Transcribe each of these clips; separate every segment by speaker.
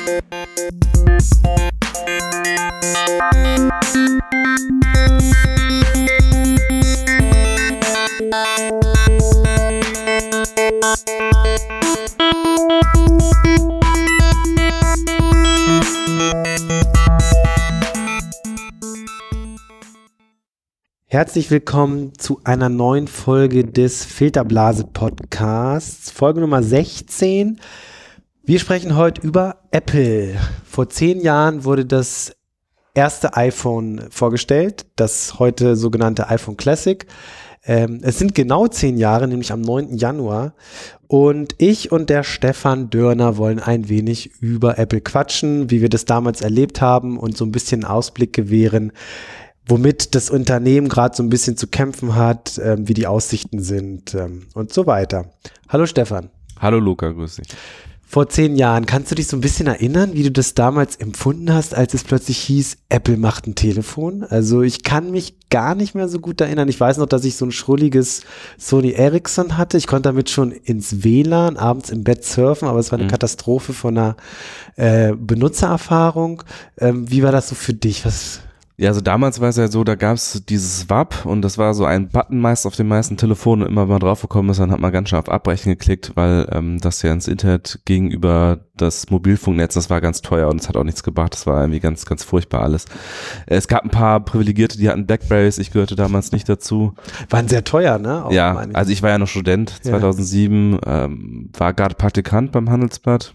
Speaker 1: Herzlich willkommen zu einer neuen Folge des Filterblase-Podcasts, Folge Nummer 16. Wir sprechen heute über Apple. Vor 10 Jahren wurde das erste iPhone vorgestellt, das heute sogenannte iPhone Classic. Es sind genau 10 Jahre, nämlich am 9. Januar. Und ich und der Stefan Dörner wollen ein wenig über Apple quatschen, wie wir das damals erlebt haben und so ein bisschen Ausblick gewähren, womit das Unternehmen gerade so ein bisschen zu kämpfen hat, wie die Aussichten sind und so weiter. Hallo Stefan.
Speaker 2: Hallo Luca, grüß dich.
Speaker 1: Vor 10 Jahren, kannst du dich so ein bisschen erinnern, wie du das damals empfunden hast, als es plötzlich hieß, Apple macht ein Telefon? Also ich kann mich gar nicht mehr so gut erinnern. Ich weiß noch, dass ich so ein schrulliges Sony Ericsson hatte. Ich konnte damit schon ins WLAN, abends im Bett surfen, aber es war eine Katastrophe von einer Benutzererfahrung. Wie war das so für dich?
Speaker 2: Ja, also damals war es ja so, da gab es dieses WAP und das war so ein Button meist auf den meisten Telefonen und immer wenn man drauf gekommen ist, dann hat man ganz schön auf Abbrechen geklickt, weil das ja ins Internet gegenüber das Mobilfunknetz, das war ganz teuer und es hat auch nichts gebracht, das war irgendwie ganz, ganz furchtbar alles. Es gab ein paar Privilegierte, die hatten Blackberries, ich gehörte damals nicht dazu.
Speaker 1: Waren sehr teuer, ne? Auch
Speaker 2: ja, also ich war ja noch Student, 2007, war gerade Praktikant beim Handelsblatt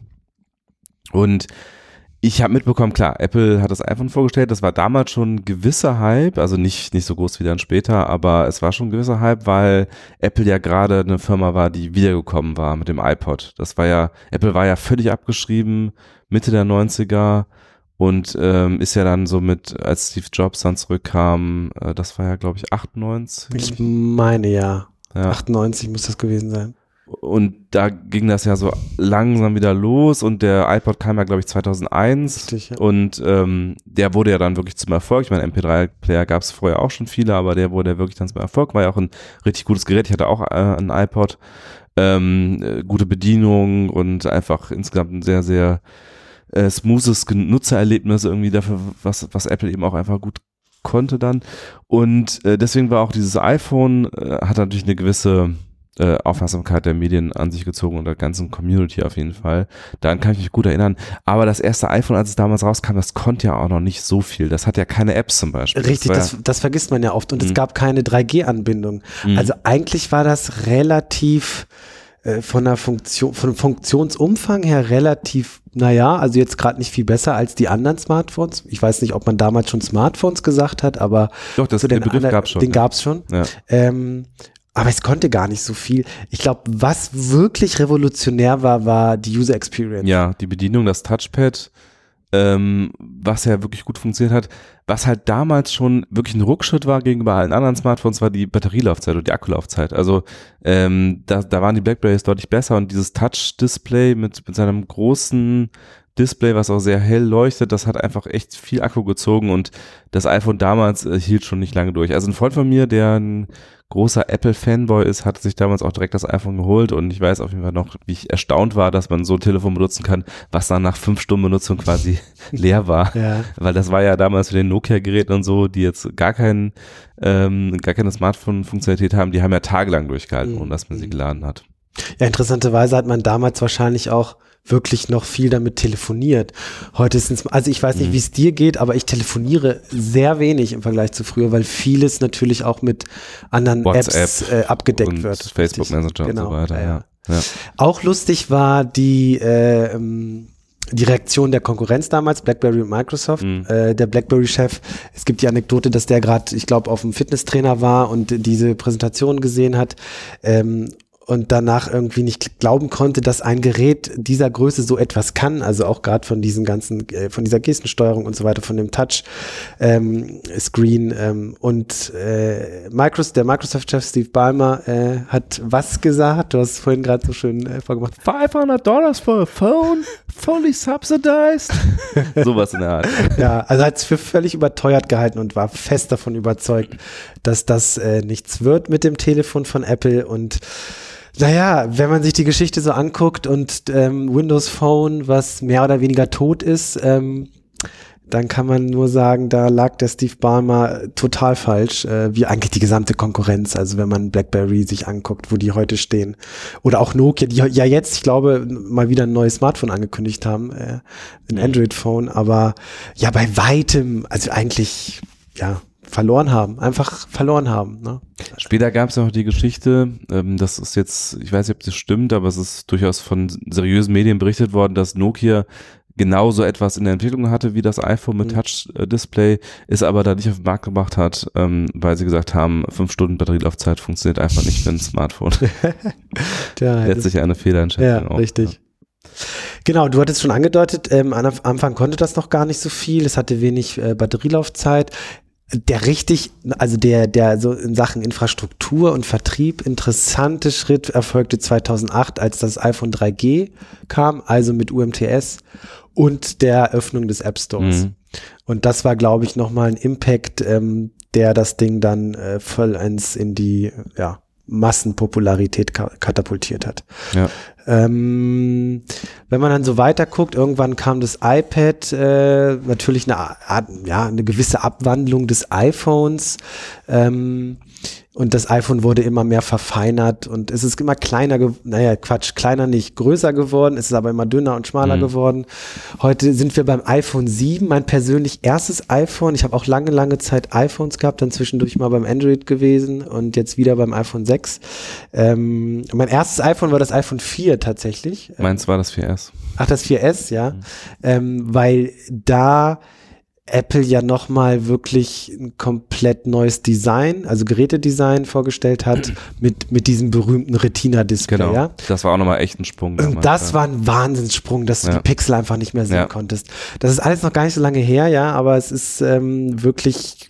Speaker 2: und ich habe mitbekommen, klar, Apple hat das iPhone vorgestellt, das war damals schon ein gewisser Hype, also nicht so groß wie dann später, aber es war schon ein gewisser Hype, weil Apple ja gerade eine Firma war, die wiedergekommen war mit dem iPod. Apple war ja völlig abgeschrieben, Mitte der 90er und ist ja dann so als Steve Jobs dann zurückkam, das war ja glaube ich 98.
Speaker 1: Ich meine ja, 98 muss das gewesen sein.
Speaker 2: Und da ging das ja so langsam wieder los und der iPod kam ja, glaube ich, 2001.
Speaker 1: Richtig, ja.
Speaker 2: Und der wurde ja dann wirklich zum Erfolg. Ich meine, MP3-Player gab es vorher auch schon viele, aber der wurde ja wirklich dann zum Erfolg. War ja auch ein richtig gutes Gerät. Ich hatte auch ein iPod. Gute Bedienung und einfach insgesamt ein sehr, sehr smoothes Nutzererlebnis irgendwie dafür, was Apple eben auch einfach gut konnte dann. Und deswegen war auch dieses iPhone, hat natürlich eine gewisse Aufmerksamkeit der Medien an sich gezogen und der ganzen Community auf jeden Fall. Daran kann ich mich gut erinnern. Aber das erste iPhone, als es damals rauskam, das konnte ja auch noch nicht so viel. Das hat ja keine Apps zum Beispiel.
Speaker 1: Richtig, das vergisst man ja oft. Und es gab keine 3G-Anbindung. Also eigentlich war das relativ von Funktionsumfang her relativ, also jetzt gerade nicht viel besser als die anderen Smartphones. Ich weiß nicht, ob man damals schon Smartphones gesagt hat, aber
Speaker 2: doch, den Begriff gab es schon.
Speaker 1: Den gab es schon. Ja. Aber es konnte gar nicht so viel. Ich glaube, was wirklich revolutionär war die User Experience.
Speaker 2: Ja, die Bedienung, das Touchpad, was ja wirklich gut funktioniert hat. Was halt damals schon wirklich ein Rückschritt war gegenüber allen anderen Smartphones, war die Batterielaufzeit oder die Akkulaufzeit. Also da waren die Blackberries deutlich besser und dieses Touch-Display mit seinem großen Display, was auch sehr hell leuchtet, das hat einfach echt viel Akku gezogen und das iPhone damals hielt schon nicht lange durch. Also ein Freund von mir, der ein großer Apple-Fanboy ist, hat sich damals auch direkt das iPhone geholt und ich weiß auf jeden Fall noch, wie ich erstaunt war, dass man so ein Telefon benutzen kann, was dann nach 5 Stunden Benutzung quasi leer war. Ja. Weil das war ja damals für den Nokia-Geräten und so, die jetzt gar keine Smartphone-Funktionalität haben, die haben ja tagelang durchgehalten, ohne dass man sie geladen hat.
Speaker 1: Ja, interessanterweise hat man damals wahrscheinlich auch wirklich noch viel damit telefoniert. Heute ist es, also ich weiß nicht, wie es dir geht, aber ich telefoniere sehr wenig im Vergleich zu früher, weil vieles natürlich auch mit anderen
Speaker 2: WhatsApp
Speaker 1: Apps abgedeckt
Speaker 2: und
Speaker 1: wird.
Speaker 2: Facebook Messenger und so weiter. Ja.
Speaker 1: Auch lustig war die Reaktion der Konkurrenz damals, BlackBerry und Microsoft. Der BlackBerry-Chef, es gibt die Anekdote, dass der gerade, ich glaube, auf dem Fitnesstrainer war und diese Präsentation gesehen hat und danach irgendwie nicht glauben konnte, dass ein Gerät dieser Größe so etwas kann, also auch gerade von diesen ganzen, von dieser Gestensteuerung und so weiter, von dem Touch-Screen und der Microsoft-Chef Steve Ballmer hat was gesagt? Du hast es vorhin gerade so schön vorgemacht.
Speaker 2: $500 for a phone? Fully subsidized? Sowas in der Art.
Speaker 1: Ja, also hat es für völlig überteuert gehalten und war fest davon überzeugt, dass das nichts wird mit dem Telefon von Apple und Naja, wenn man sich die Geschichte so anguckt und Windows Phone, was mehr oder weniger tot ist, dann kann man nur sagen, da lag der Steve Ballmer total falsch, wie eigentlich die gesamte Konkurrenz. Also wenn man BlackBerry sich anguckt, wo die heute stehen. Oder auch Nokia, die ja jetzt, ich glaube, mal wieder ein neues Smartphone angekündigt haben, ein Android-Phone, aber ja bei weitem, also eigentlich, ja, einfach verloren haben. Ne?
Speaker 2: Später gab es noch die Geschichte, das ist jetzt, ich weiß nicht, ob das stimmt, aber es ist durchaus von seriösen Medien berichtet worden, dass Nokia genauso etwas in der Entwicklung hatte wie das iPhone mit Touch-Display, es aber da nicht auf den Markt gebracht hat, weil sie gesagt haben, 5 Stunden Batterielaufzeit funktioniert einfach nicht für ein Smartphone. Letztlich eine Fehleinschätzung.
Speaker 1: Ja, auch, richtig. Ja. Genau, du hattest schon angedeutet, am Anfang konnte das noch gar nicht so viel, es hatte wenig Batterielaufzeit. Der so in Sachen Infrastruktur und Vertrieb interessante Schritt erfolgte 2008, als das iPhone 3G kam, also mit UMTS und der Eröffnung des App Stores. Und das war, glaube ich, nochmal ein Impact, der das Ding dann vollends in die Massenpopularität katapultiert hat.
Speaker 2: Ja.
Speaker 1: Wenn man dann so weiter guckt, irgendwann kam das iPad, natürlich eine gewisse Abwandlung des iPhones, und das iPhone wurde immer mehr verfeinert und es ist immer kleiner, kleiner nicht, größer geworden, es ist aber immer dünner und schmaler geworden. Heute sind wir beim iPhone 7, mein persönlich erstes iPhone. Ich habe auch lange Zeit iPhones gehabt, dann zwischendurch mal beim Android gewesen und jetzt wieder beim iPhone 6. Mein erstes iPhone war das iPhone 4 tatsächlich.
Speaker 2: Meins war das 4S.
Speaker 1: Ach, das 4S, ja. Weil da Apple ja nochmal wirklich ein komplett neues Design, also Gerätedesign vorgestellt hat, mit diesem berühmten Retina-Display.
Speaker 2: Genau,
Speaker 1: ja?
Speaker 2: Das war auch nochmal echt ein Sprung.
Speaker 1: Das war ein Wahnsinnssprung, dass du die Pixel einfach nicht mehr sehen konntest. Das ist alles noch gar nicht so lange her, ja, aber es ist wirklich,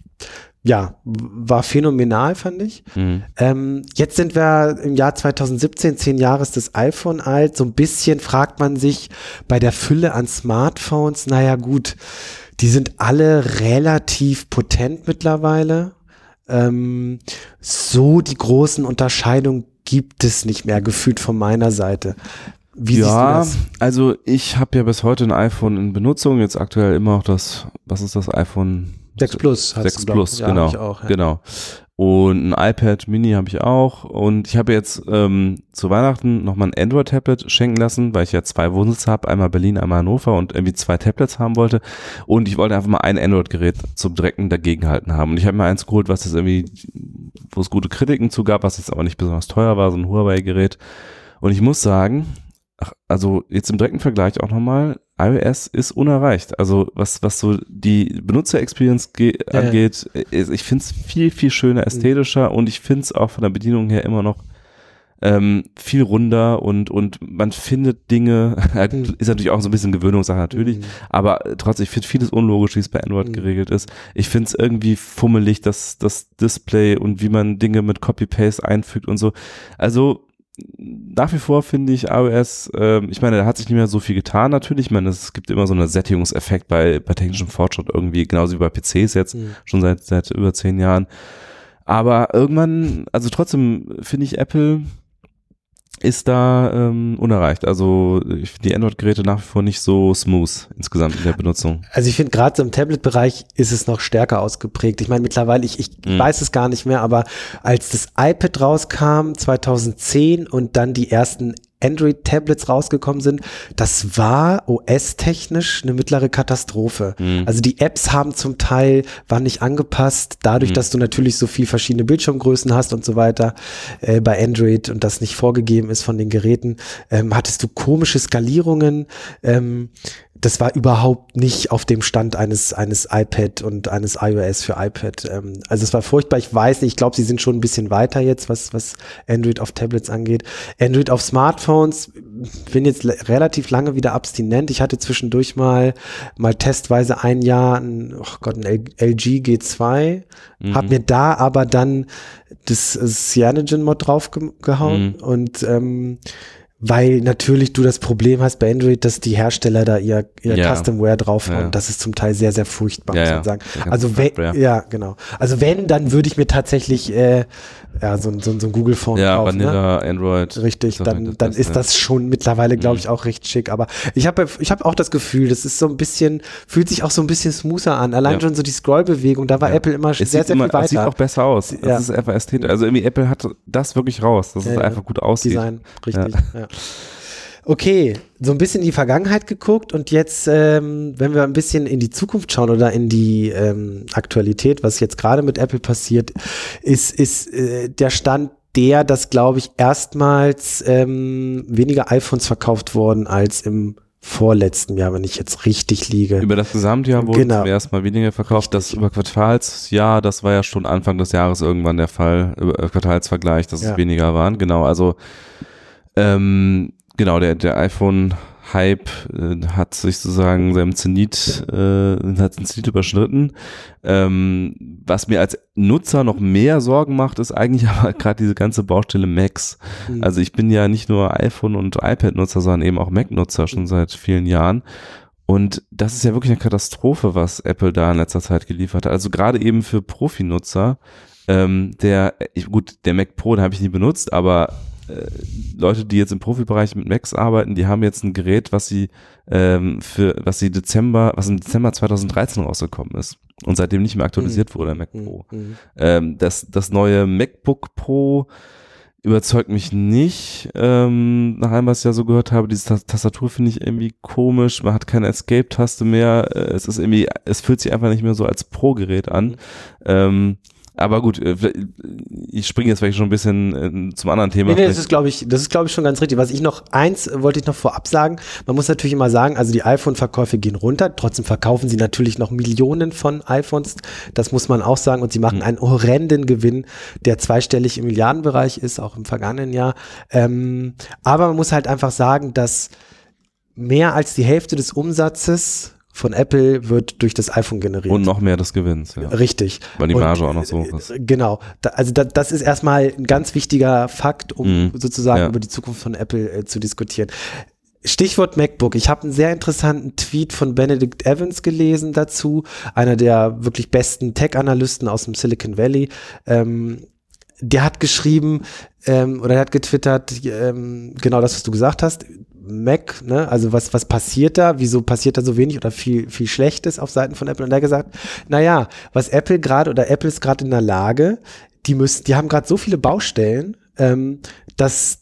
Speaker 1: war phänomenal, fand ich. Jetzt sind wir im Jahr 2017, 10 Jahre ist das iPhone alt. So ein bisschen fragt man sich bei der Fülle an Smartphones, naja gut, die sind alle relativ potent mittlerweile. So die großen Unterscheidungen gibt es nicht mehr, gefühlt von meiner Seite. Wie siehst du das?
Speaker 2: Also ich habe ja bis heute ein iPhone in Benutzung, jetzt aktuell immer noch was ist das iPhone?
Speaker 1: 6 Plus.
Speaker 2: 6 Plus, genau.
Speaker 1: Ich auch, ja.
Speaker 2: Genau. Und ein iPad Mini habe ich auch. Und ich habe jetzt zu Weihnachten nochmal ein Android-Tablet schenken lassen, weil ich ja 2 Wohnsitze habe, einmal Berlin, einmal Hannover und irgendwie 2 Tablets haben wollte. Und ich wollte einfach mal ein Android-Gerät zum direkten Dagegenhalten haben. Und ich habe mir eins geholt, was jetzt irgendwie, wo es gute Kritiken zu gab, was jetzt aber nicht besonders teuer war, so ein Huawei-Gerät. Und ich muss sagen, also jetzt im direkten Vergleich auch nochmal, iOS ist unerreicht. Also was so die Benutzer-Experience angeht, ich finde es viel, viel schöner, ästhetischer und ich finde es auch von der Bedienung her immer noch viel runder und man findet Dinge, ist natürlich auch so ein bisschen Gewöhnungssache natürlich, aber trotzdem, ich finde vieles unlogisch, wie es bei Android geregelt ist. Ich finde es irgendwie fummelig, das Display und wie man Dinge mit Copy-Paste einfügt und so. Also nach wie vor finde ich iOS, ich meine, da hat sich nicht mehr so viel getan natürlich, ich meine, es gibt immer so einen Sättigungseffekt bei technischem Fortschritt irgendwie, genauso wie bei PCs jetzt, schon seit über 10 Jahren, aber irgendwann, also trotzdem finde ich Apple ist da unerreicht. Also ich finde die Android-Geräte nach wie vor nicht so smooth insgesamt in der Benutzung.
Speaker 1: Also ich finde gerade so im Tablet-Bereich ist es noch stärker ausgeprägt. Ich meine mittlerweile, ich weiß es gar nicht mehr, aber als das iPad rauskam 2010 und dann die ersten Android-Tablets rausgekommen sind, das war OS-technisch eine mittlere Katastrophe. Also die Apps waren nicht angepasst, dadurch, dass du natürlich so viel verschiedene Bildschirmgrößen hast und so weiter bei Android und das nicht vorgegeben ist von den Geräten, hattest du komische Skalierungen, das war überhaupt nicht auf dem Stand eines iPad und eines iOS für iPad. Also es war furchtbar. Ich weiß nicht, ich glaube, sie sind schon ein bisschen weiter jetzt, was Android auf Tablets angeht. Android auf Smartphones, bin jetzt relativ lange wieder abstinent. Ich hatte zwischendurch mal testweise ein Jahr ein LG G2, hab mir da aber dann das Cyanogen-Mod draufgehauen und weil natürlich du das Problem hast bei Android, dass die Hersteller da ihr Customware draufhauen. Ja. Das ist zum Teil sehr, sehr furchtbar, muss man sagen. Also genau. Also wenn, dann würde ich mir tatsächlich so ein Google Phone kaufen.
Speaker 2: Vanilla, ne? Android.
Speaker 1: Richtig, dann ist das schon mittlerweile, glaube ich, auch recht schick. Aber ich hab auch das Gefühl, das ist so ein bisschen, fühlt sich auch so ein bisschen smoother an. Allein schon so die Scrollbewegung, da war Apple immer sehr, sehr viel weiter. Es
Speaker 2: sieht auch besser aus. Das ist einfach ästhetisch. Also irgendwie Apple hat das wirklich raus, dass es einfach gut aussieht.
Speaker 1: Design, richtig, ja. Okay, so ein bisschen in die Vergangenheit geguckt und jetzt, wenn wir ein bisschen in die Zukunft schauen oder in die Aktualität, was jetzt gerade mit Apple passiert, ist der Stand dass, glaube ich, erstmals weniger iPhones verkauft wurden als im vorletzten Jahr, wenn ich jetzt richtig liege.
Speaker 2: Über das Gesamtjahr wurden zum ersten Mal weniger verkauft. Das über Quartalsjahr, das war ja schon Anfang des Jahres irgendwann der Fall, über Quartalsvergleich, dass es weniger waren. Genau, also der iPhone-Hype hat sich sozusagen seinem Zenit überschritten. Was mir als Nutzer noch mehr Sorgen macht, ist eigentlich aber gerade diese ganze Baustelle Macs. Also ich bin ja nicht nur iPhone- und iPad-Nutzer, sondern eben auch Mac-Nutzer schon seit vielen Jahren. Und das ist ja wirklich eine Katastrophe, was Apple da in letzter Zeit geliefert hat. Also gerade eben für Profi-Nutzer, der Mac Pro, den habe ich nie benutzt, aber Leute, die jetzt im Profibereich mit Macs arbeiten, die haben jetzt ein Gerät, was im Dezember 2013 rausgekommen ist und seitdem nicht mehr aktualisiert wurde, der Mac Pro. Das neue MacBook Pro überzeugt mich nicht, nach allem, was ich ja so gehört habe. Diese Tastatur finde ich irgendwie komisch, man hat keine Escape-Taste mehr, es fühlt sich einfach nicht mehr so als Pro-Gerät an. Aber gut, ich springe jetzt vielleicht schon ein bisschen zum anderen Thema.
Speaker 1: Nee, das ist, glaube ich, schon ganz richtig. Wollte ich noch vorab sagen. Man muss natürlich immer sagen, also die iPhone-Verkäufe gehen runter. Trotzdem verkaufen sie natürlich noch Millionen von iPhones. Das muss man auch sagen. Und sie machen einen horrenden Gewinn, der zweistellig im Milliardenbereich ist, auch im vergangenen Jahr. Aber man muss halt einfach sagen, dass mehr als die Hälfte des Umsatzes von Apple wird durch das iPhone generiert.
Speaker 2: Und noch mehr des Gewinns. Ja.
Speaker 1: Richtig.
Speaker 2: Weil die Marge auch noch so hoch ist.
Speaker 1: Genau. Das ist erstmal ein ganz wichtiger Fakt, um sozusagen über die Zukunft von Apple zu diskutieren. Stichwort MacBook. Ich habe einen sehr interessanten Tweet von Benedict Evans gelesen dazu, einer der wirklich besten Tech-Analysten aus dem Silicon Valley. Der hat geschrieben oder er hat getwittert, genau das, was du gesagt hast. Mac, ne, also was passiert da? Wieso passiert da so wenig oder viel Schlechtes auf Seiten von Apple? Und er hat gesagt, naja, Apple ist gerade in der Lage, die haben gerade so viele Baustellen, dass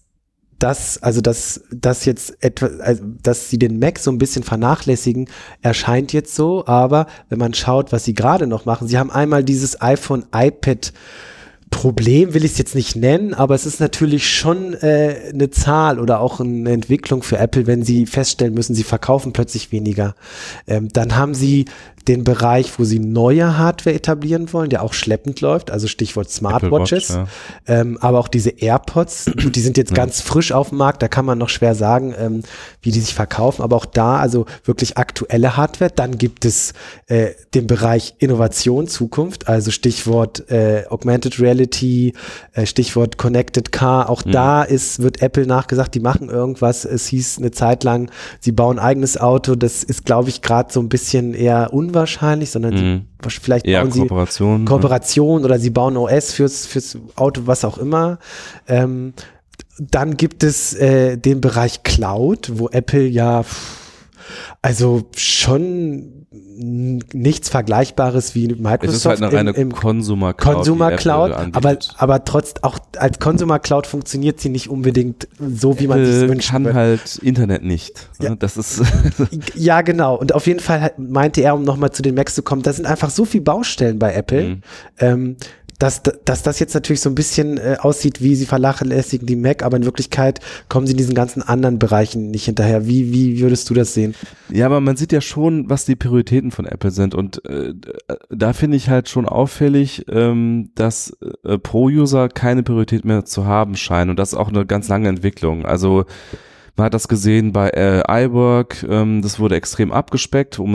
Speaker 1: sie den Mac so ein bisschen vernachlässigen, erscheint jetzt so, aber wenn man schaut, was sie gerade noch machen, sie haben einmal dieses iPhone-iPad Problem will ich es jetzt nicht nennen, aber es ist natürlich schon eine Zahl oder auch eine Entwicklung für Apple, wenn sie feststellen müssen, sie verkaufen plötzlich weniger. Dann haben sie den Bereich, wo sie neue Hardware etablieren wollen, der auch schleppend läuft, also Stichwort Smartwatches, aber auch diese AirPods, die sind jetzt ganz frisch auf dem Markt, da kann man noch schwer sagen, wie die sich verkaufen, aber auch da also wirklich aktuelle Hardware. Dann gibt es den Bereich Innovation, Zukunft, also Stichwort Augmented Reality, Stichwort Connected Car, auch da wird Apple nachgesagt, die machen irgendwas, es hieß eine Zeit lang, sie bauen ein eigenes Auto, das ist, glaube ich, gerade so ein bisschen eher unwahrscheinlich, sondern vielleicht
Speaker 2: eher
Speaker 1: bauen sie Kooperation oder sie bauen OS fürs Auto, was auch immer. Dann gibt es den Bereich Cloud, wo Apple ja also schon nichts Vergleichbares wie Microsoft. Es
Speaker 2: ist halt eine reine Consumer Cloud,
Speaker 1: aber trotz auch als Consumer Cloud funktioniert sie nicht unbedingt so, wie man sich wünscht.
Speaker 2: Kann halt Internet nicht. Ja. Das ist
Speaker 1: ja, genau. Und auf jeden Fall meinte er, um nochmal zu den Macs zu kommen, da sind einfach so viele Baustellen bei Apple, dass das jetzt natürlich so ein bisschen aussieht, wie sie vernachlässigen die Mac, aber in Wirklichkeit kommen sie in diesen ganzen anderen Bereichen nicht hinterher. Wie würdest du das sehen?
Speaker 2: Ja, aber man sieht ja schon, was die Prioritäten von Apple sind und da finde ich halt schon auffällig, dass Pro-User keine Priorität mehr zu haben scheinen und das ist auch eine ganz lange Entwicklung. Also Man hat das gesehen bei iWork, das wurde extrem abgespeckt, um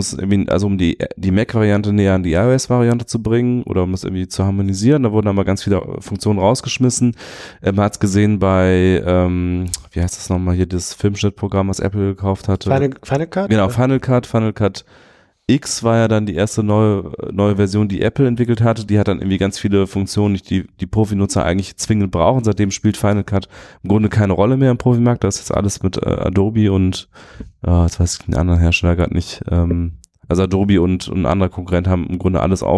Speaker 2: die Mac-Variante näher an die iOS-Variante zu bringen oder um es irgendwie zu harmonisieren. Da wurden aber ganz viele Funktionen rausgeschmissen. Man hat es gesehen bei, wie heißt das nochmal hier, das Filmschnittprogramm, was Apple gekauft hatte.
Speaker 1: Final Cut?
Speaker 2: Genau, Final Cut X war ja dann die erste neue Version, die Apple entwickelt hatte. Die hat dann irgendwie ganz viele Funktionen, die Profi-Nutzer eigentlich zwingend brauchen. Seitdem spielt Final Cut im Grunde keine Rolle mehr im Profimarkt. Das ist jetzt alles mit Adobe und jetzt weiß ich den anderen Hersteller gerade nicht. Also Adobe und ein anderer Konkurrent haben im Grunde alles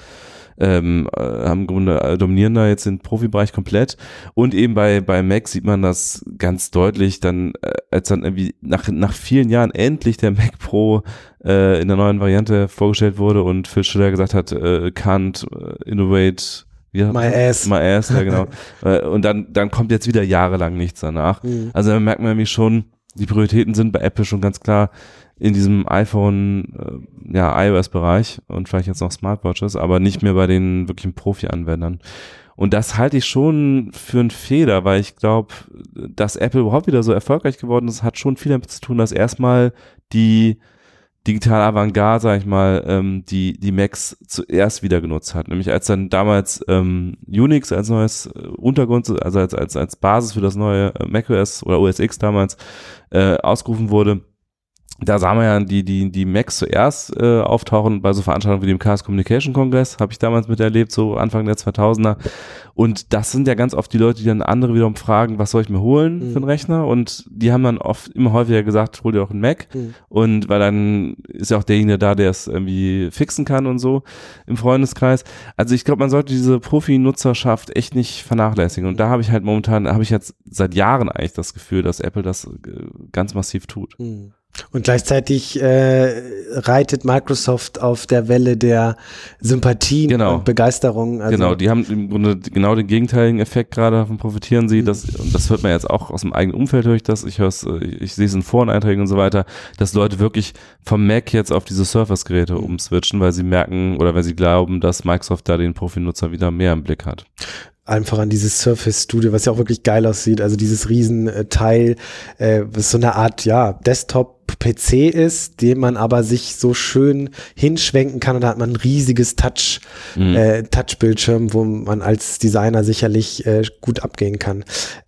Speaker 2: haben im Grunde dominieren da jetzt den Profibereich komplett. Und eben bei Mac sieht man das ganz deutlich, dann als dann irgendwie nach vielen Jahren endlich der Mac Pro in der neuen Variante vorgestellt wurde und Phil Schiller gesagt hat, can't innovate
Speaker 1: My ass,
Speaker 2: ja genau. Und dann kommt jetzt wieder jahrelang nichts danach. Also da merkt man nämlich schon, die Prioritäten sind bei Apple schon ganz klar in diesem iPhone, iOS-Bereich und vielleicht jetzt noch Smartwatches, aber nicht mehr bei den wirklichen Profi-Anwendern. Und das halte ich schon für einen Fehler, weil ich glaube, dass Apple überhaupt wieder so erfolgreich geworden ist, hat schon viel damit zu tun, dass erstmal die digitale Avantgarde, sag ich mal, die Macs zuerst wieder genutzt hat. Nämlich als dann damals Unix als neues Untergrund, also als Basis für das neue macOS oder OS X damals ausgerufen wurde. Da sah man ja die Macs zuerst auftauchen bei so Veranstaltungen wie dem Chaos Communication Kongress, habe ich damals miterlebt, so Anfang der 2000er. Und das sind ja ganz oft die Leute, die dann andere wiederum fragen, was soll ich mir holen für einen Rechner? Und die haben dann oft immer häufiger gesagt, hol dir auch einen Mac. Und weil dann ist ja auch derjenige da, der es irgendwie fixen kann und so im Freundeskreis. Also ich glaube, man sollte diese Profi-Nutzerschaft echt nicht vernachlässigen. Und da habe ich jetzt seit Jahren eigentlich das Gefühl, dass Apple das ganz massiv tut.
Speaker 1: Und gleichzeitig reitet Microsoft auf der Welle der Sympathien und Begeisterung. Also
Speaker 2: genau, die haben im Grunde genau den gegenteiligen Effekt gerade, davon profitieren sie. Und das hört man jetzt auch aus dem eigenen Umfeld, ich sehe es in Foreneinträgen und so weiter, dass Leute wirklich vom Mac jetzt auf diese Surface-Geräte umswitchen, weil sie merken oder weil sie glauben, dass Microsoft da den Profinutzer wieder mehr im Blick hat.
Speaker 1: Allem voran dieses Surface Studio, was ja auch wirklich geil aussieht, also dieses Riesenteil, was so eine Art, Desktop-PC ist, den man aber sich so schön hinschwenken kann und da hat man ein riesiges Touch-Bildschirm, wo man als Designer sicherlich gut abgehen kann.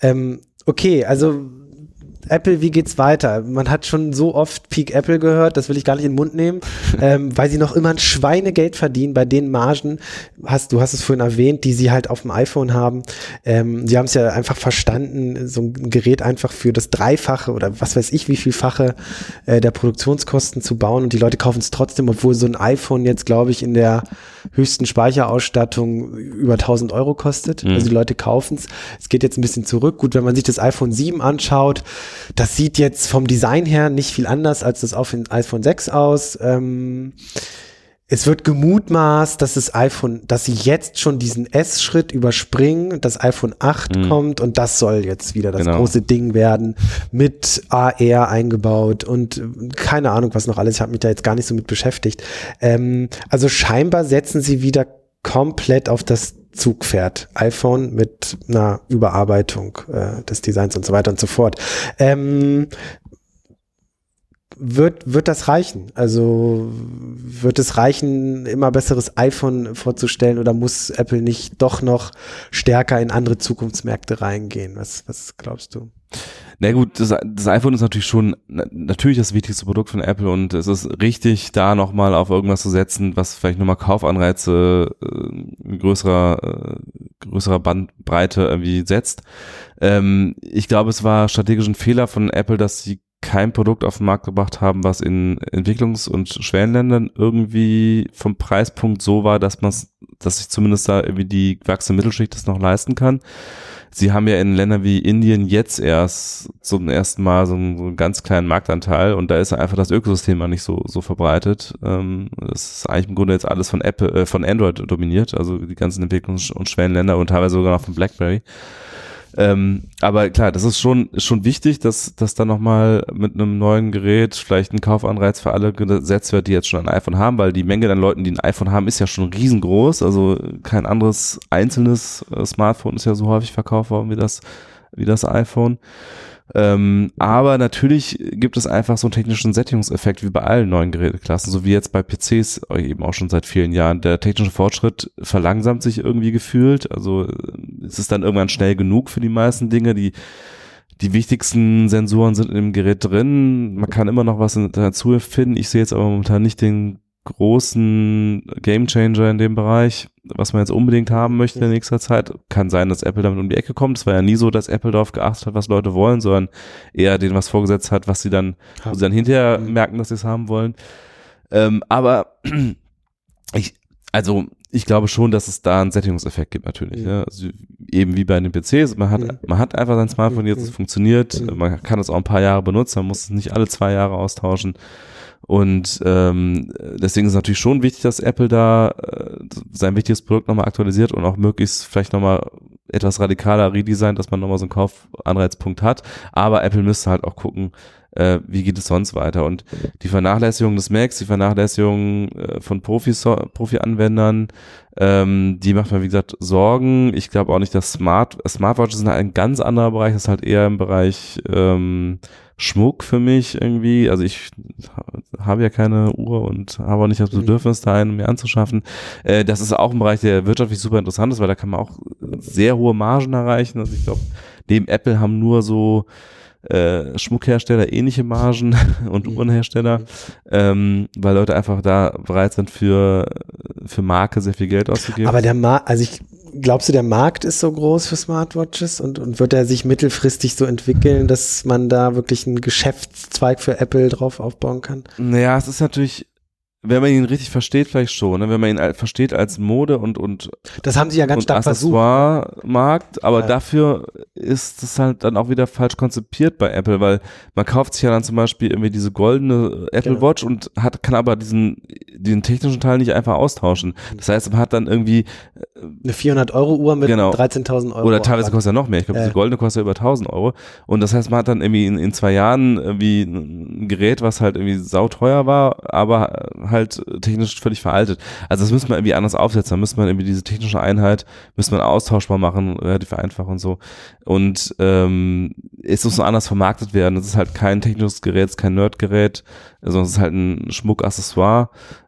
Speaker 1: Okay, also Apple, wie geht's weiter? Man hat schon so oft Peak Apple gehört, das will ich gar nicht in den Mund nehmen, weil sie noch immer ein Schweinegeld verdienen bei den Margen, du hast es vorhin erwähnt, die sie halt auf dem iPhone haben. Sie haben es ja einfach verstanden, so ein Gerät einfach für das Dreifache oder was weiß ich wie vielfache der Produktionskosten zu bauen und die Leute kaufen es trotzdem, obwohl so ein iPhone jetzt, glaube ich, in der höchsten Speicherausstattung über 1.000 Euro kostet. Also die Leute kaufen es. Es geht jetzt ein bisschen zurück. Gut, wenn man sich das iPhone 7 anschaut, das sieht jetzt vom Design her nicht viel anders als das iPhone 6 aus. Es wird gemutmaßt, dass dass sie jetzt schon diesen S-Schritt überspringen, das iPhone 8 kommt und das soll jetzt wieder das große Ding werden, mit AR eingebaut und keine Ahnung, was noch alles. Ich habe mich da jetzt gar nicht so mit beschäftigt. Also scheinbar setzen sie wieder komplett auf das Zugpferd iPhone mit einer Überarbeitung des Designs und so weiter und so fort. Wird das reichen? Also wird es reichen, immer besseres iPhone vorzustellen oder muss Apple nicht doch noch stärker in andere Zukunftsmärkte reingehen? Was glaubst du?
Speaker 2: Na gut, das iPhone ist natürlich schon natürlich das wichtigste Produkt von Apple und es ist richtig, da nochmal auf irgendwas zu setzen, was vielleicht nochmal Kaufanreize in größerer Bandbreite irgendwie setzt. Ich glaube, es war strategisch ein Fehler von Apple, dass sie kein Produkt auf den Markt gebracht haben, was in Entwicklungs- und Schwellenländern irgendwie vom Preispunkt so war, dass sich zumindest da irgendwie die gewachsene Mittelschicht das noch leisten kann. Sie haben ja in Ländern wie Indien jetzt erst zum ersten Mal so einen ganz kleinen Marktanteil und da ist einfach das Ökosystem noch nicht so verbreitet. Das ist eigentlich im Grunde jetzt alles von Android dominiert, also die ganzen Entwicklungs- und Schwellenländer und teilweise sogar noch von BlackBerry. Aber klar, das ist schon wichtig, dass da nochmal mit einem neuen Gerät vielleicht ein Kaufanreiz für alle gesetzt wird, die jetzt schon ein iPhone haben, weil die Menge an Leuten, die ein iPhone haben, ist ja schon riesengroß. Also kein anderes einzelnes Smartphone ist ja so häufig verkauft worden wie das iPhone. Aber natürlich gibt es einfach so einen technischen Sättigungseffekt wie bei allen neuen Geräteklassen, so wie jetzt bei PCs eben auch schon seit vielen Jahren. Der technische Fortschritt verlangsamt sich irgendwie gefühlt, also es ist dann irgendwann schnell genug für die meisten Dinge, die wichtigsten Sensoren sind in dem Gerät drin, man kann immer noch was dazu finden, ich sehe jetzt aber momentan nicht den großen Gamechanger in dem Bereich, was man jetzt unbedingt haben möchte in nächster Zeit. Kann sein, dass Apple damit um die Ecke kommt. Es war ja nie so, dass Apple darauf geachtet hat, was Leute wollen, sondern eher denen was vorgesetzt hat, was sie dann, wo sie dann hinterher merken, dass sie es haben wollen. Aber ich glaube schon, dass es da einen Sättigungseffekt gibt natürlich. Ja. Also eben wie bei den PCs. Man hat einfach sein Smartphone jetzt, es funktioniert. Man kann es auch ein paar Jahre benutzen, man muss es nicht alle 2 Jahre austauschen. Und deswegen ist es natürlich schon wichtig, dass Apple da sein wichtiges Produkt nochmal aktualisiert und auch möglichst vielleicht nochmal etwas radikaler redesignt, dass man nochmal so einen Kaufanreizpunkt hat. Aber Apple müsste halt auch gucken, wie geht es sonst weiter. Und die Vernachlässigung des Macs, die Vernachlässigung von Profi-Anwendern, die macht mir, wie gesagt, Sorgen. Ich glaube auch nicht, dass Smartwatches sind halt ein ganz anderer Bereich, das ist halt eher im Bereich Schmuck für mich irgendwie. Also ich habe ja keine Uhr und habe auch nicht das Bedürfnis, da einen mir anzuschaffen. Das ist auch ein Bereich, der wirtschaftlich super interessant ist, weil da kann man auch sehr hohe Margen erreichen. Also ich glaube, neben Apple haben nur so Schmuckhersteller ähnliche Margen und Uhrenhersteller, weil Leute einfach da bereit sind für Marke sehr viel Geld auszugeben.
Speaker 1: Aber glaubst du, der Markt ist so groß für Smartwatches und wird er sich mittelfristig so entwickeln, dass man da wirklich einen Geschäftszweig für Apple drauf aufbauen kann?
Speaker 2: Naja, es ist natürlich, wenn man ihn richtig versteht, vielleicht schon, ne? Wenn man ihn versteht als Mode und
Speaker 1: das haben sie ja ganz stark versucht.
Speaker 2: Accessoire-Markt, aber dafür ist es halt dann auch wieder falsch konzipiert bei Apple, weil man kauft sich ja dann zum Beispiel irgendwie diese goldene Apple Watch und kann aber diesen technischen Teil nicht einfach austauschen. Das heißt, man hat dann irgendwie
Speaker 1: eine 400-Euro-Uhr mit 13.000 Euro.
Speaker 2: Oder teilweise kostet ja noch mehr. Ich glaube, diese goldene kostet ja über 1.000 Euro. Und das heißt, man hat dann irgendwie in 2 Jahren irgendwie ein Gerät, was halt irgendwie sauteuer war, aber halt technisch völlig veraltet. Also das müsste man irgendwie anders aufsetzen. Da müsste man irgendwie diese technische Einheit, müsste man austauschbar machen, relativ einfach und so. Und es muss anders vermarktet werden. Es ist halt kein technisches Gerät, es ist kein Nerdgerät, sondern es ist halt ein Schmuckaccessoire.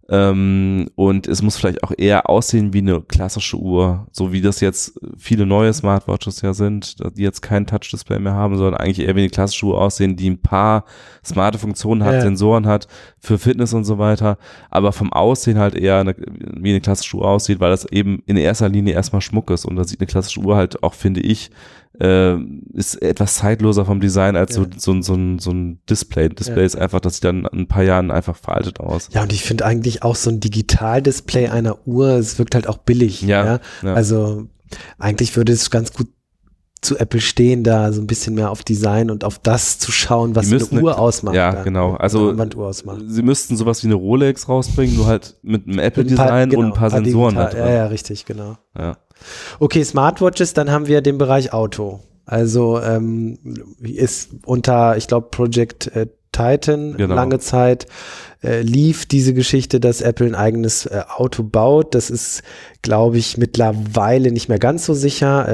Speaker 2: Und es muss vielleicht auch eher aussehen wie eine klassische Uhr, so wie das jetzt viele neue Smartwatches ja sind, die jetzt kein Touch-Display mehr haben, sondern eigentlich eher wie eine klassische Uhr aussehen, die ein paar smarte Funktionen hat, Sensoren hat für Fitness und so weiter, aber vom Aussehen halt eher wie eine klassische Uhr aussieht, weil das eben in erster Linie erstmal Schmuck ist und da sieht eine klassische Uhr halt auch, finde ich, ist etwas zeitloser vom Design als so ein Display. Display ist einfach, das sieht dann in ein paar Jahren einfach veraltet aus.
Speaker 1: Ja, und ich finde eigentlich auch so ein Digitaldisplay einer Uhr, es wirkt halt auch billig. Ja. Also eigentlich würde es ganz gut zu Apple stehen, da so ein bisschen mehr auf Design und auf das zu schauen, was eine Uhr ausmacht.
Speaker 2: Ja, genau. Also sie müssten sowas wie eine Rolex rausbringen, nur halt mit einem Apple-Design und ein paar Sensoren. Halt drin.
Speaker 1: Ja, richtig, genau. Ja. Okay, Smartwatches, dann haben wir den Bereich Auto. Also ist unter, ich glaube, Project Titan lange Zeit lief diese Geschichte, dass Apple ein eigenes Auto baut. Das ist, glaube ich, mittlerweile nicht mehr ganz so sicher.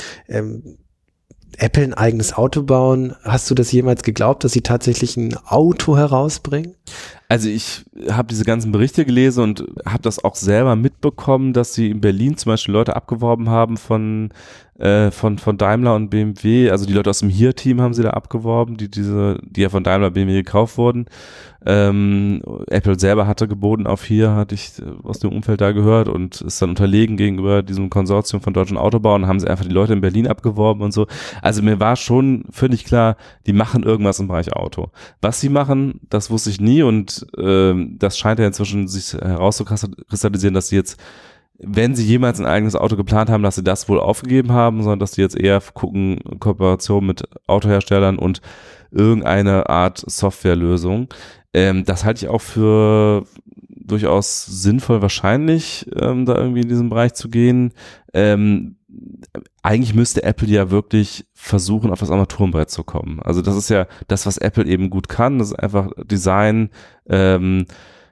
Speaker 1: Apple ein eigenes Auto bauen, hast du das jemals geglaubt, dass sie tatsächlich ein Auto herausbringen?
Speaker 2: Also ich habe diese ganzen Berichte gelesen und habe das auch selber mitbekommen, dass sie in Berlin zum Beispiel Leute abgeworben haben von Daimler und BMW, also die Leute aus dem HERE-Team haben sie da abgeworben, die ja von Daimler und BMW gekauft wurden. Apple selber hatte geboten auf HERE, hatte ich aus dem Umfeld da gehört und ist dann unterlegen gegenüber diesem Konsortium von deutschen Autobauern, haben sie einfach die Leute in Berlin abgeworben und so. Also mir war schon völlig klar, die machen irgendwas im Bereich Auto. Was sie machen, das wusste ich nie und das scheint ja inzwischen sich herauszukristallisieren, dass sie jetzt, wenn sie jemals ein eigenes Auto geplant haben, dass sie das wohl aufgegeben haben, sondern dass sie jetzt eher gucken, Kooperation mit Autoherstellern und irgendeine Art Softwarelösung. Das halte ich auch für durchaus sinnvoll wahrscheinlich, da irgendwie in diesem Bereich zu gehen. Eigentlich müsste Apple ja wirklich versuchen, auf das Armaturenbrett zu kommen. Also das ist ja das, was Apple eben gut kann. Das ist einfach Design,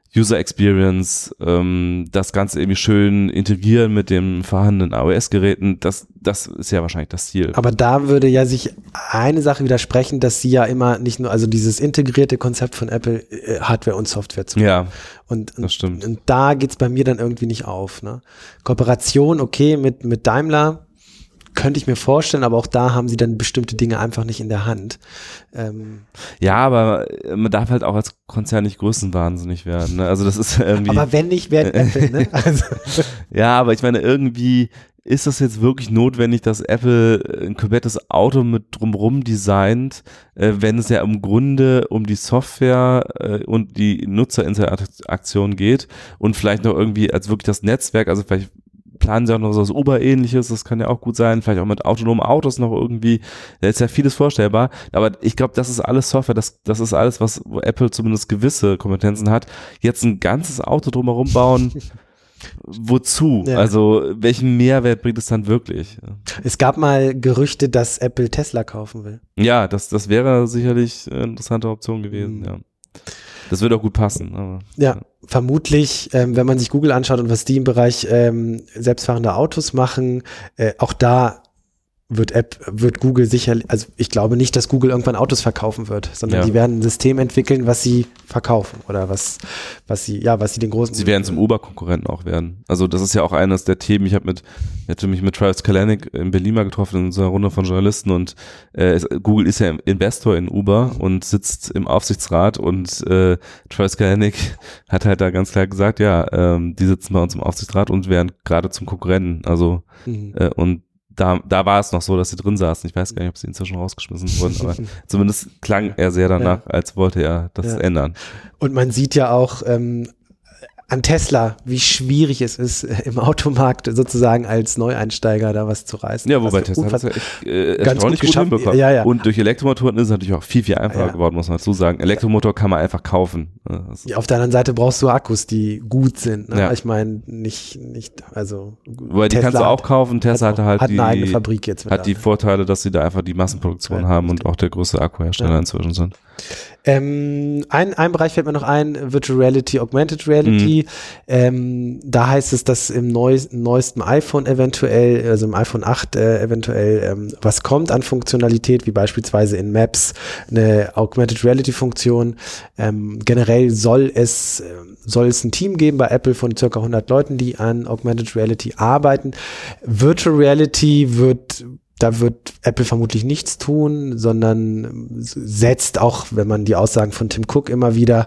Speaker 2: User Experience, das Ganze irgendwie schön integrieren mit den vorhandenen iOS-Geräten, das ist ja wahrscheinlich das Ziel.
Speaker 1: Aber da würde ja sich eine Sache widersprechen, dass sie ja immer nicht nur, also dieses integrierte Konzept von Apple, Hardware und Software zu machen.
Speaker 2: Ja,
Speaker 1: und
Speaker 2: das stimmt.
Speaker 1: Und da geht's bei mir dann irgendwie nicht auf. Ne? Kooperation, okay, mit Daimler, könnte ich mir vorstellen, aber auch da haben sie dann bestimmte Dinge einfach nicht in der Hand.
Speaker 2: Ja, aber man darf halt auch als Konzern nicht größenwahnsinnig werden. Ne? Also das ist irgendwie.
Speaker 1: Aber wenn nicht, werden Apple, ne? Also.
Speaker 2: Ja, aber ich meine, irgendwie ist das jetzt wirklich notwendig, dass Apple ein komplettes Auto mit drumrum designt, wenn es ja im Grunde um die Software und die Nutzerinteraktion geht und vielleicht noch irgendwie als wirklich das Netzwerk, also vielleicht planen sie auch noch so was Oberähnliches, das kann ja auch gut sein, vielleicht auch mit autonomen Autos noch irgendwie, da ist ja vieles vorstellbar, aber ich glaube, das ist alles Software, das ist alles, wo Apple zumindest gewisse Kompetenzen hat. Jetzt ein ganzes Auto drumherum bauen, wozu? Ja. Also welchen Mehrwert bringt es dann wirklich?
Speaker 1: Es gab mal Gerüchte, dass Apple Tesla kaufen will.
Speaker 2: Ja, das wäre sicherlich eine interessante Option gewesen, ja. Das würde auch gut passen. Aber,
Speaker 1: ja, vermutlich, wenn man sich Google anschaut und was die im Bereich selbstfahrender Autos machen, auch da wird Google sicherlich, also ich glaube nicht, dass Google irgendwann Autos verkaufen wird, sondern die werden ein System entwickeln, was sie verkaufen oder was sie den großen...
Speaker 2: Sie werden zum Uber-Konkurrenten auch werden. Also das ist ja auch eines der Themen. Ich hatte mich mit Travis Kalanick in Berlin mal getroffen in so einer Runde von Journalisten und Google ist ja Investor in Uber und sitzt im Aufsichtsrat und Travis Kalanick hat halt da ganz klar gesagt, die sitzen bei uns im Aufsichtsrat und werden gerade zum Konkurrenten. Also und da war es noch so, dass sie drin saßen. Ich weiß gar nicht, ob sie inzwischen rausgeschmissen wurden, aber zumindest klang er sehr danach, als wollte er das ändern.
Speaker 1: Und man sieht ja auch an Tesla, wie schwierig es ist, im Automarkt sozusagen als Neueinsteiger da was zu reißen.
Speaker 2: Ja, wobei Tesla hat es ja echt erstaunlich gut hinbekommen.
Speaker 1: Ja.
Speaker 2: Und durch Elektromotoren ist es natürlich auch viel, viel einfacher geworden, muss man dazu sagen. Elektromotor kann man einfach kaufen.
Speaker 1: Ja, auf der anderen Seite brauchst du Akkus, die gut sind. Ne? Ja. Ich meine, nicht, also.
Speaker 2: Weil die kannst du auch kaufen. Tesla hat
Speaker 1: eine eigene Fabrik jetzt.
Speaker 2: Hat die Vorteile, dass sie da einfach die Massenproduktion haben und auch der größte Akkuhersteller inzwischen sind.
Speaker 1: Ein Bereich fällt mir noch ein, Virtual Reality, Augmented Reality. Da heißt es, dass im neuesten iPhone eventuell, also im iPhone 8 eventuell was kommt an Funktionalität, wie beispielsweise in Maps eine Augmented Reality Funktion. Generell soll es ein Team geben bei Apple von ca. 100 Leuten, die an Augmented Reality arbeiten. Virtual Reality da wird Apple vermutlich nichts tun, sondern setzt auch, wenn man die Aussagen von Tim Cook immer wieder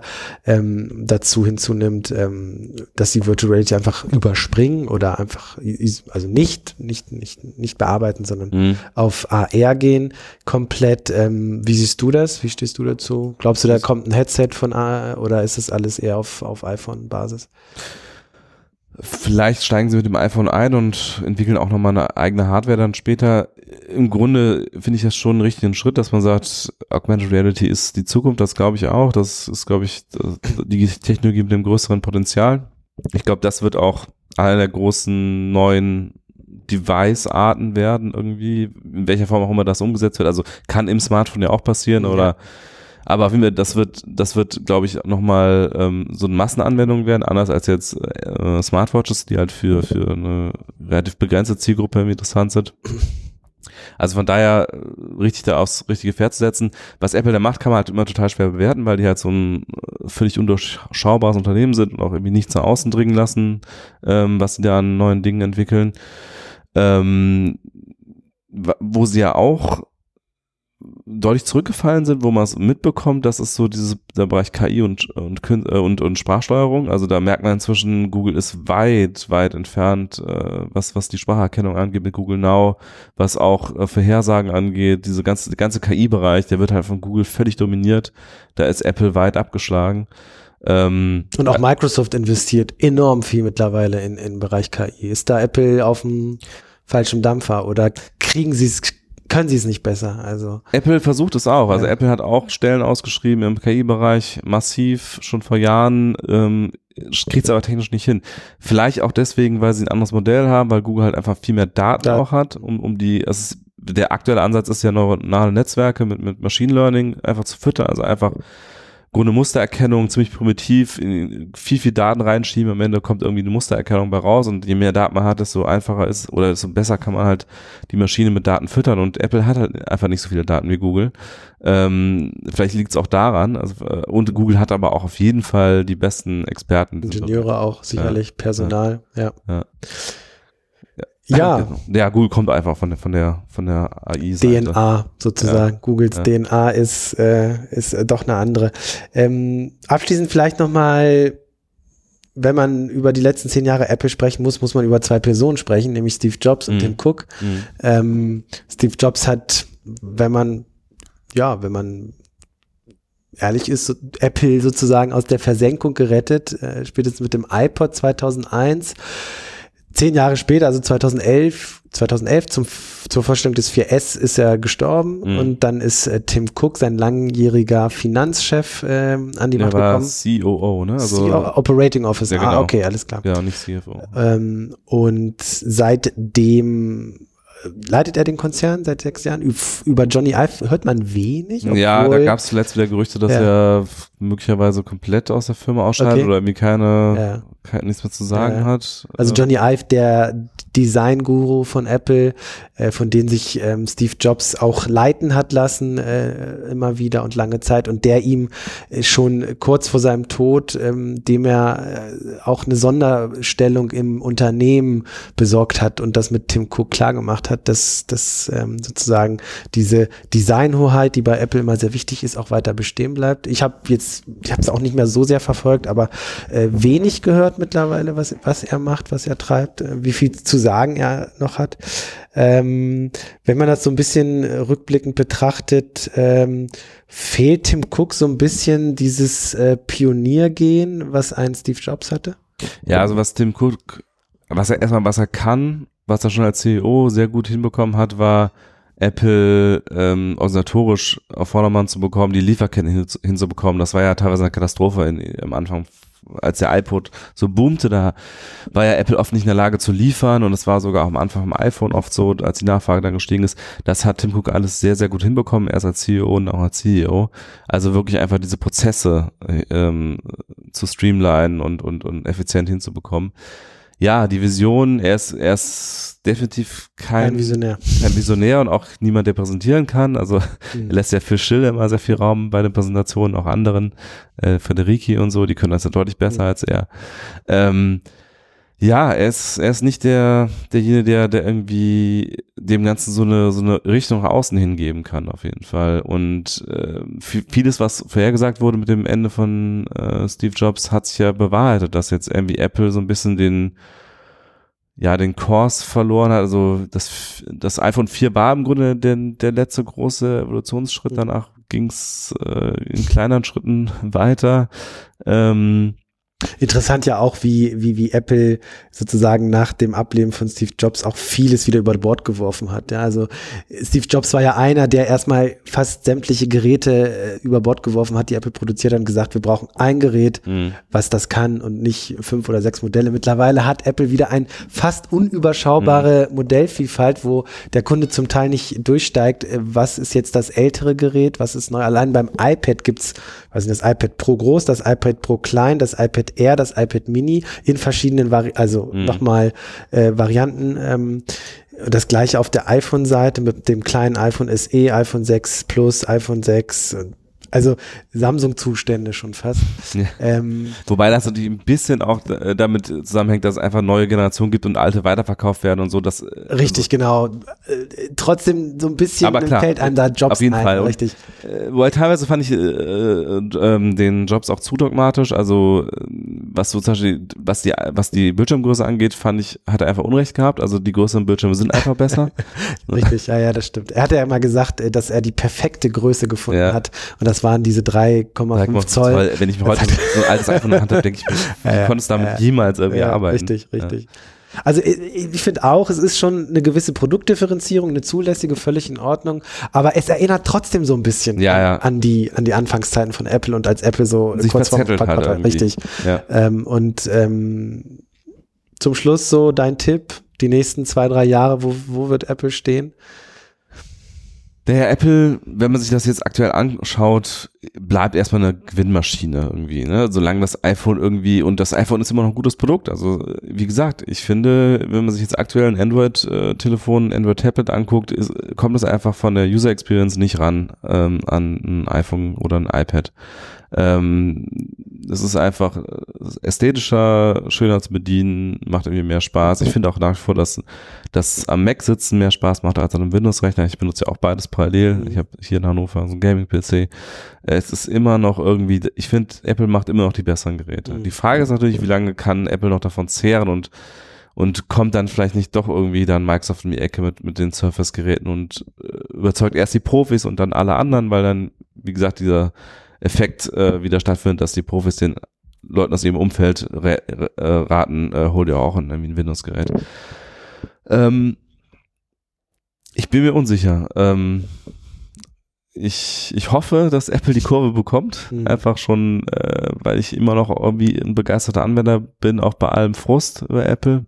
Speaker 1: dazu hinzunimmt, dass sie Virtual Reality einfach überspringen oder einfach, also nicht bearbeiten, sondern auf AR gehen komplett. Wie siehst du das? Wie stehst du dazu? Glaubst du, da kommt ein Headset von AR oder ist das alles eher auf iPhone-Basis?
Speaker 2: Vielleicht steigen sie mit dem iPhone ein und entwickeln auch nochmal eine eigene Hardware dann später. Im Grunde finde ich das schon einen richtigen Schritt, dass man sagt, Augmented Reality ist die Zukunft, das glaube ich auch. Das ist, glaube ich, die Technologie mit dem größeren Potenzial. Ich glaube, das wird auch einer der großen neuen Device-Arten werden irgendwie, in welcher Form auch immer das umgesetzt wird. Also kann im Smartphone ja auch passieren oder aber das wird, glaube ich, nochmal so eine Massenanwendung werden, anders als jetzt Smartwatches, die halt für eine relativ begrenzte Zielgruppe interessant sind. Also von daher richtig da aufs richtige Pferd zu setzen. Was Apple da macht, kann man halt immer total schwer bewerten, weil die halt so ein völlig undurchschaubares Unternehmen sind und auch irgendwie nichts nach außen dringen lassen, was sie da an neuen Dingen entwickeln. Wo sie ja auch deutlich zurückgefallen sind, wo man es mitbekommt, das ist so der Bereich KI und Sprachsteuerung. Also da merkt man inzwischen, Google ist weit, weit entfernt, was die Spracherkennung angeht mit Google Now, was auch Vorhersagen angeht. Der ganze KI-Bereich, der wird halt von Google völlig dominiert. Da ist Apple weit abgeschlagen.
Speaker 1: Und auch Microsoft investiert enorm viel mittlerweile in Bereich KI. Ist da Apple auf dem falschen Dampfer oder können sie es nicht besser? Also
Speaker 2: Apple versucht es auch. Also Apple hat auch Stellen ausgeschrieben im KI-Bereich, massiv, schon vor Jahren, kriegt es aber technisch nicht hin. Vielleicht auch deswegen, weil sie ein anderes Modell haben, weil Google halt einfach viel mehr Daten auch hat, der aktuelle Ansatz ist ja neuronale Netzwerke mit Machine Learning einfach zu füttern, also einfach Grunde Mustererkennung, ziemlich primitiv, viel Daten reinschieben, am Ende kommt irgendwie eine Mustererkennung bei raus und je mehr Daten man hat, desto einfacher ist oder desto besser kann man halt die Maschine mit Daten füttern und Apple hat halt einfach nicht so viele Daten wie Google. Vielleicht liegt es auch daran, und Google hat aber auch auf jeden Fall die besten Experten.
Speaker 1: Ingenieure auch, sicherlich, Personal, ja.
Speaker 2: Ja, Google kommt einfach von der AI-Seite.
Speaker 1: DNA sozusagen. Googles DNA ist doch eine andere. Abschließend vielleicht nochmal, wenn man über die letzten 10 Jahre Apple sprechen muss man über 2 Personen sprechen, nämlich Steve Jobs und Tim Cook. Steve Jobs hat, wenn man ehrlich ist, Apple sozusagen aus der Versenkung gerettet, spätestens mit dem iPod 2001. 10 Jahre später, also 2011 zur Vorstellung des 4S ist er gestorben und dann ist Tim Cook, sein langjähriger Finanzchef, an die Macht gekommen.
Speaker 2: COO, ne? Also
Speaker 1: CEO, Operating Officer.
Speaker 2: Ja, genau.
Speaker 1: Okay, alles klar.
Speaker 2: Ja, nicht CFO.
Speaker 1: Und seitdem leitet er den Konzern seit 6 Jahren. Über Johnny Ive hört man wenig.
Speaker 2: Ja, da gab es zuletzt wieder Gerüchte, dass er möglicherweise komplett aus der Firma ausscheidet oder irgendwie nichts mehr zu sagen hat.
Speaker 1: Also Johnny Ive, der Design-Guru von Apple, von dem sich Steve Jobs auch leiten hat lassen, immer wieder und lange Zeit und der ihm schon kurz vor seinem Tod, dem er auch eine Sonderstellung im Unternehmen besorgt hat und das mit Tim Cook klar gemacht hat, dass sozusagen diese Designhoheit, die bei Apple immer sehr wichtig ist, auch weiter bestehen bleibt. Ich habe es auch nicht mehr so sehr verfolgt, aber wenig gehört mittlerweile, was er macht, was er treibt, wie viel zu sagen er noch hat. Wenn man das so ein bisschen rückblickend betrachtet, fehlt Tim Cook so ein bisschen dieses Pioniergehen, was ein Steve Jobs hatte?
Speaker 2: Ja, also was Tim Cook, was er kann, was er schon als CEO sehr gut hinbekommen hat, war Apple organisatorisch auf Vordermann zu bekommen, die Lieferketten hinzubekommen. Das war ja teilweise eine Katastrophe am Anfang. Als der iPod so boomte, da war ja Apple oft nicht in der Lage zu liefern und es war sogar auch am Anfang am iPhone oft so, als die Nachfrage dann gestiegen ist. Das hat Tim Cook alles sehr, sehr gut hinbekommen, erst als CEO und auch als CEO. Also wirklich einfach diese Prozesse zu streamlinen und effizient hinzubekommen. Ja, die Vision, er ist definitiv kein Visionär und auch niemand, der präsentieren kann. Also er lässt ja Phil Schiller immer sehr viel Raum bei den Präsentationen, auch anderen, Federici und so, die können das ja deutlich besser als er. Ja, er ist nicht derjenige, der irgendwie dem Ganzen so eine Richtung nach außen hingeben kann, auf jeden Fall. Und vieles, was vorhergesagt wurde mit dem Ende von Steve Jobs, hat sich ja bewahrheitet, dass jetzt irgendwie Apple so ein bisschen den Kurs verloren hat. Also das iPhone 4 war im Grunde der letzte große Evolutionsschritt. Danach ging es in kleineren Schritten weiter.
Speaker 1: Interessant ja auch, wie Apple sozusagen nach dem Ableben von Steve Jobs auch vieles wieder über Bord geworfen hat. Ja, also Steve Jobs war ja einer, der erstmal fast sämtliche Geräte über Bord geworfen hat, die Apple produziert hat und gesagt, wir brauchen ein Gerät, was das kann und nicht 5 oder 6 Modelle. Mittlerweile hat Apple wieder ein fast unüberschaubare Modellvielfalt, wo der Kunde zum Teil nicht durchsteigt, was ist jetzt das ältere Gerät, was ist neu. Allein beim iPad gibt's, das iPad Pro groß, das iPad Pro klein, das iPad Air, das iPad Mini in verschiedenen Varianten. Das gleiche auf der iPhone-Seite mit dem kleinen iPhone SE, iPhone 6 Plus, iPhone 6. Also Samsung-Zustände schon fast.
Speaker 2: Ja. Wobei das natürlich ein bisschen auch damit zusammenhängt, dass es einfach neue Generationen gibt und alte weiterverkauft werden und so.
Speaker 1: Richtig, genau. Trotzdem so ein bisschen fällt einem da Jobs
Speaker 2: auf jeden
Speaker 1: ein.
Speaker 2: Fall.
Speaker 1: Richtig.
Speaker 2: Wobei teilweise fand ich den Jobs auch zu dogmatisch. Also was so zum Beispiel, was die Bildschirmgröße angeht, fand ich, hat er einfach Unrecht gehabt. Also die größeren Bildschirme sind einfach besser.
Speaker 1: Richtig, ja, das stimmt. Er hatte ja immer gesagt, dass er die perfekte Größe gefunden hat. Und das waren diese 3,5 Zoll.
Speaker 2: Wenn ich mir heute so ein altes iPhone in der Hand habe, denke ich mir, du konntest damit jemals irgendwie arbeiten.
Speaker 1: Richtig. Also ich finde auch, es ist schon eine gewisse Produktdifferenzierung, eine zulässige, völlig in Ordnung, aber es erinnert trotzdem so ein bisschen an die Anfangszeiten von Apple und als Apple so
Speaker 2: sich
Speaker 1: kurz vor
Speaker 2: Bankrott hat.
Speaker 1: Richtig. Ja. Zum Schluss so dein Tipp, die nächsten 2-3 Jahre, wo wird Apple stehen?
Speaker 2: Der Apple, wenn man sich das jetzt aktuell anschaut, bleibt erstmal eine Gewinnmaschine irgendwie, ne? Solange das iPhone irgendwie, und das iPhone ist immer noch ein gutes Produkt. Also wie gesagt, ich finde, wenn man sich jetzt aktuell ein Android-Telefon, Android-Tablet anguckt, kommt es einfach von der User Experience nicht ran an ein iPhone oder ein iPad. Es ist einfach ästhetischer, schöner zu bedienen, macht irgendwie mehr Spaß. Ich finde auch nach wie vor, dass das am Mac sitzen mehr Spaß macht als an einem Windows-Rechner. Ich benutze ja auch beides parallel. Ich habe hier in Hannover so einen Gaming-PC. Es ist immer noch irgendwie, ich finde, Apple macht immer noch die besseren Geräte. Die Frage ist natürlich, wie lange kann Apple noch davon zehren und kommt dann vielleicht nicht doch irgendwie dann Microsoft in die Ecke mit den Surface-Geräten und überzeugt erst die Profis und dann alle anderen, weil dann, wie gesagt, dieser Effekt wieder stattfindet, dass die Profis den Leuten aus ihrem Umfeld raten, hol dir auch ein Windows-Gerät. Ich bin mir unsicher. Ich hoffe, dass Apple die Kurve bekommt, einfach schon, weil ich immer noch irgendwie ein begeisterter Anwender bin, auch bei allem Frust über Apple.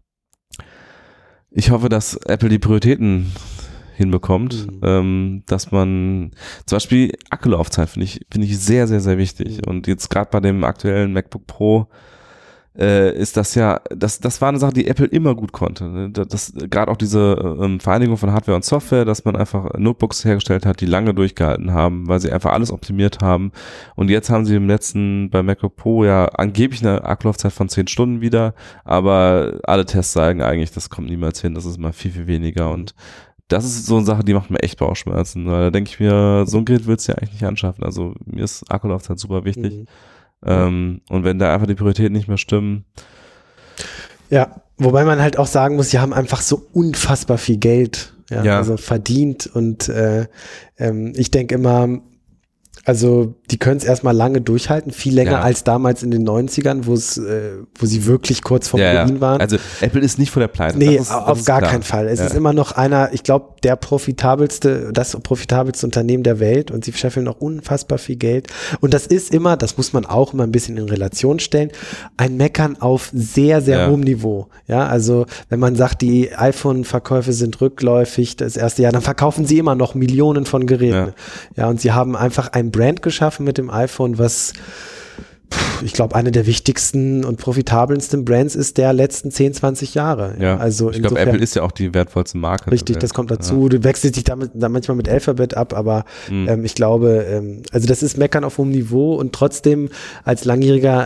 Speaker 2: Ich hoffe, dass Apple die Prioritäten hinbekommt, dass man zum Beispiel Akkulaufzeit finde ich sehr, sehr, sehr wichtig. Und jetzt gerade bei dem aktuellen MacBook Pro ist das ja, das war eine Sache, die Apple immer gut konnte. Ne? Das gerade auch diese Vereinigung von Hardware und Software, dass man einfach Notebooks hergestellt hat, die lange durchgehalten haben, weil sie einfach alles optimiert haben. Und jetzt haben sie im letzten bei MacBook Pro ja angeblich eine Akkulaufzeit von 10 Stunden wieder, aber alle Tests sagen eigentlich, das kommt niemals hin, das ist mal viel, viel weniger. Und das ist so eine Sache, die macht mir echt Bauchschmerzen, weil da denke ich mir, so ein Gerät willst du ja eigentlich nicht anschaffen. Also mir ist Akkulaufzeit super wichtig. Und wenn da einfach die Prioritäten nicht mehr stimmen.
Speaker 1: Ja, wobei man halt auch sagen muss, die haben einfach so unfassbar viel Geld, also verdient und ich denke immer, also die können es erstmal lange durchhalten, viel länger als damals in den 90ern, wo sie wirklich kurz vorm Ruin waren.
Speaker 2: Also Apple ist nicht vor der Pleite.
Speaker 1: Nee, das auf gar keinen Fall. Es ist immer noch ich glaube, das profitabelste Unternehmen der Welt und sie scheffeln noch unfassbar viel Geld. Und das ist immer, das muss man auch immer ein bisschen in Relation stellen, ein Meckern auf sehr, sehr hohem Niveau. Ja, also wenn man sagt, die iPhone-Verkäufe sind rückläufig das erste Jahr, dann verkaufen sie immer noch Millionen von Geräten. Ja, und sie haben einfach ein Brand geschaffen mit dem iPhone, was ich glaube, eine der wichtigsten und profitabelsten Brands ist der letzten 10, 20 Jahre.
Speaker 2: Ja,
Speaker 1: also
Speaker 2: ich glaube, Apple ist ja auch die wertvollste Marke.
Speaker 1: Richtig, das kommt dazu. Du wechselst dich damit dann manchmal mit Alphabet ab, aber ich glaube, also das ist Meckern auf hohem Niveau und trotzdem als langjähriger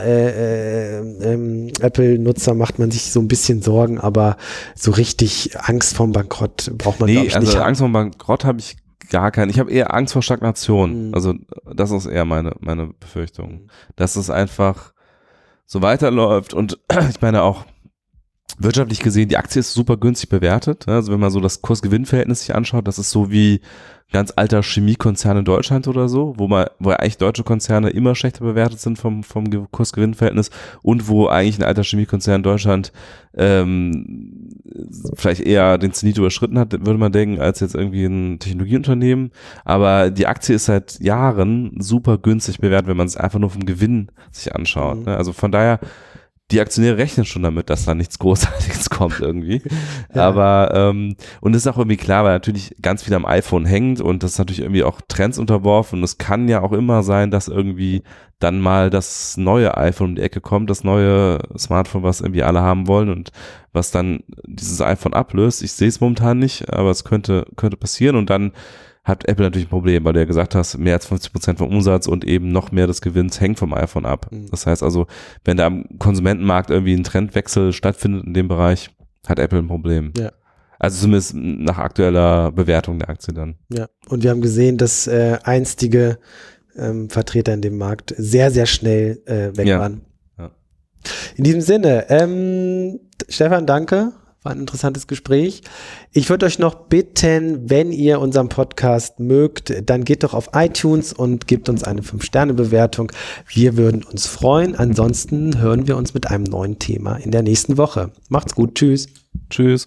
Speaker 1: Apple-Nutzer macht man sich so ein bisschen Sorgen, aber so richtig Angst vorm Bankrott braucht man glaube ich nicht.
Speaker 2: Angst vorm Bankrott habe ich gar keine. Ich habe eher Angst vor Stagnation. Also das ist eher meine Befürchtung. Dass es einfach so weiterläuft und ich meine auch wirtschaftlich gesehen, die Aktie ist super günstig bewertet. Also wenn man so das Kurs-Gewinn-Verhältnis sich anschaut, das ist so wie ganz alter Chemiekonzern in Deutschland oder so, wo eigentlich deutsche Konzerne immer schlechter bewertet sind vom Kurs-Gewinn-Verhältnis und wo eigentlich ein alter Chemiekonzern in Deutschland vielleicht eher den Zenit überschritten hat, würde man denken, als jetzt irgendwie ein Technologieunternehmen. Aber die Aktie ist seit Jahren super günstig bewertet, wenn man es einfach nur vom Gewinn sich anschaut. Also von daher, die Aktionäre rechnen schon damit, dass da nichts Großartiges kommt irgendwie. Aber und es ist auch irgendwie klar, weil natürlich ganz viel am iPhone hängt und das ist natürlich irgendwie auch Trends unterworfen und es kann ja auch immer sein, dass irgendwie dann mal das neue iPhone um die Ecke kommt, das neue Smartphone, was irgendwie alle haben wollen und was dann dieses iPhone ablöst. Ich sehe es momentan nicht, aber es könnte passieren und dann hat Apple natürlich ein Problem, weil du ja gesagt hast, mehr als 50% vom Umsatz und eben noch mehr des Gewinns hängt vom iPhone ab. Das heißt also, wenn da am Konsumentenmarkt irgendwie ein Trendwechsel stattfindet in dem Bereich, hat Apple ein Problem. Ja. Also zumindest nach aktueller Bewertung der Aktie dann. Ja,
Speaker 1: und wir haben gesehen, dass einstige Vertreter in dem Markt sehr, sehr schnell weg waren. Ja. In diesem Sinne, Stefan, danke. War ein interessantes Gespräch. Ich würde euch noch bitten, wenn ihr unseren Podcast mögt, dann geht doch auf iTunes und gebt uns eine 5-Sterne-Bewertung. Wir würden uns freuen. Ansonsten hören wir uns mit einem neuen Thema in der nächsten Woche. Macht's gut. Tschüss.
Speaker 2: Tschüss.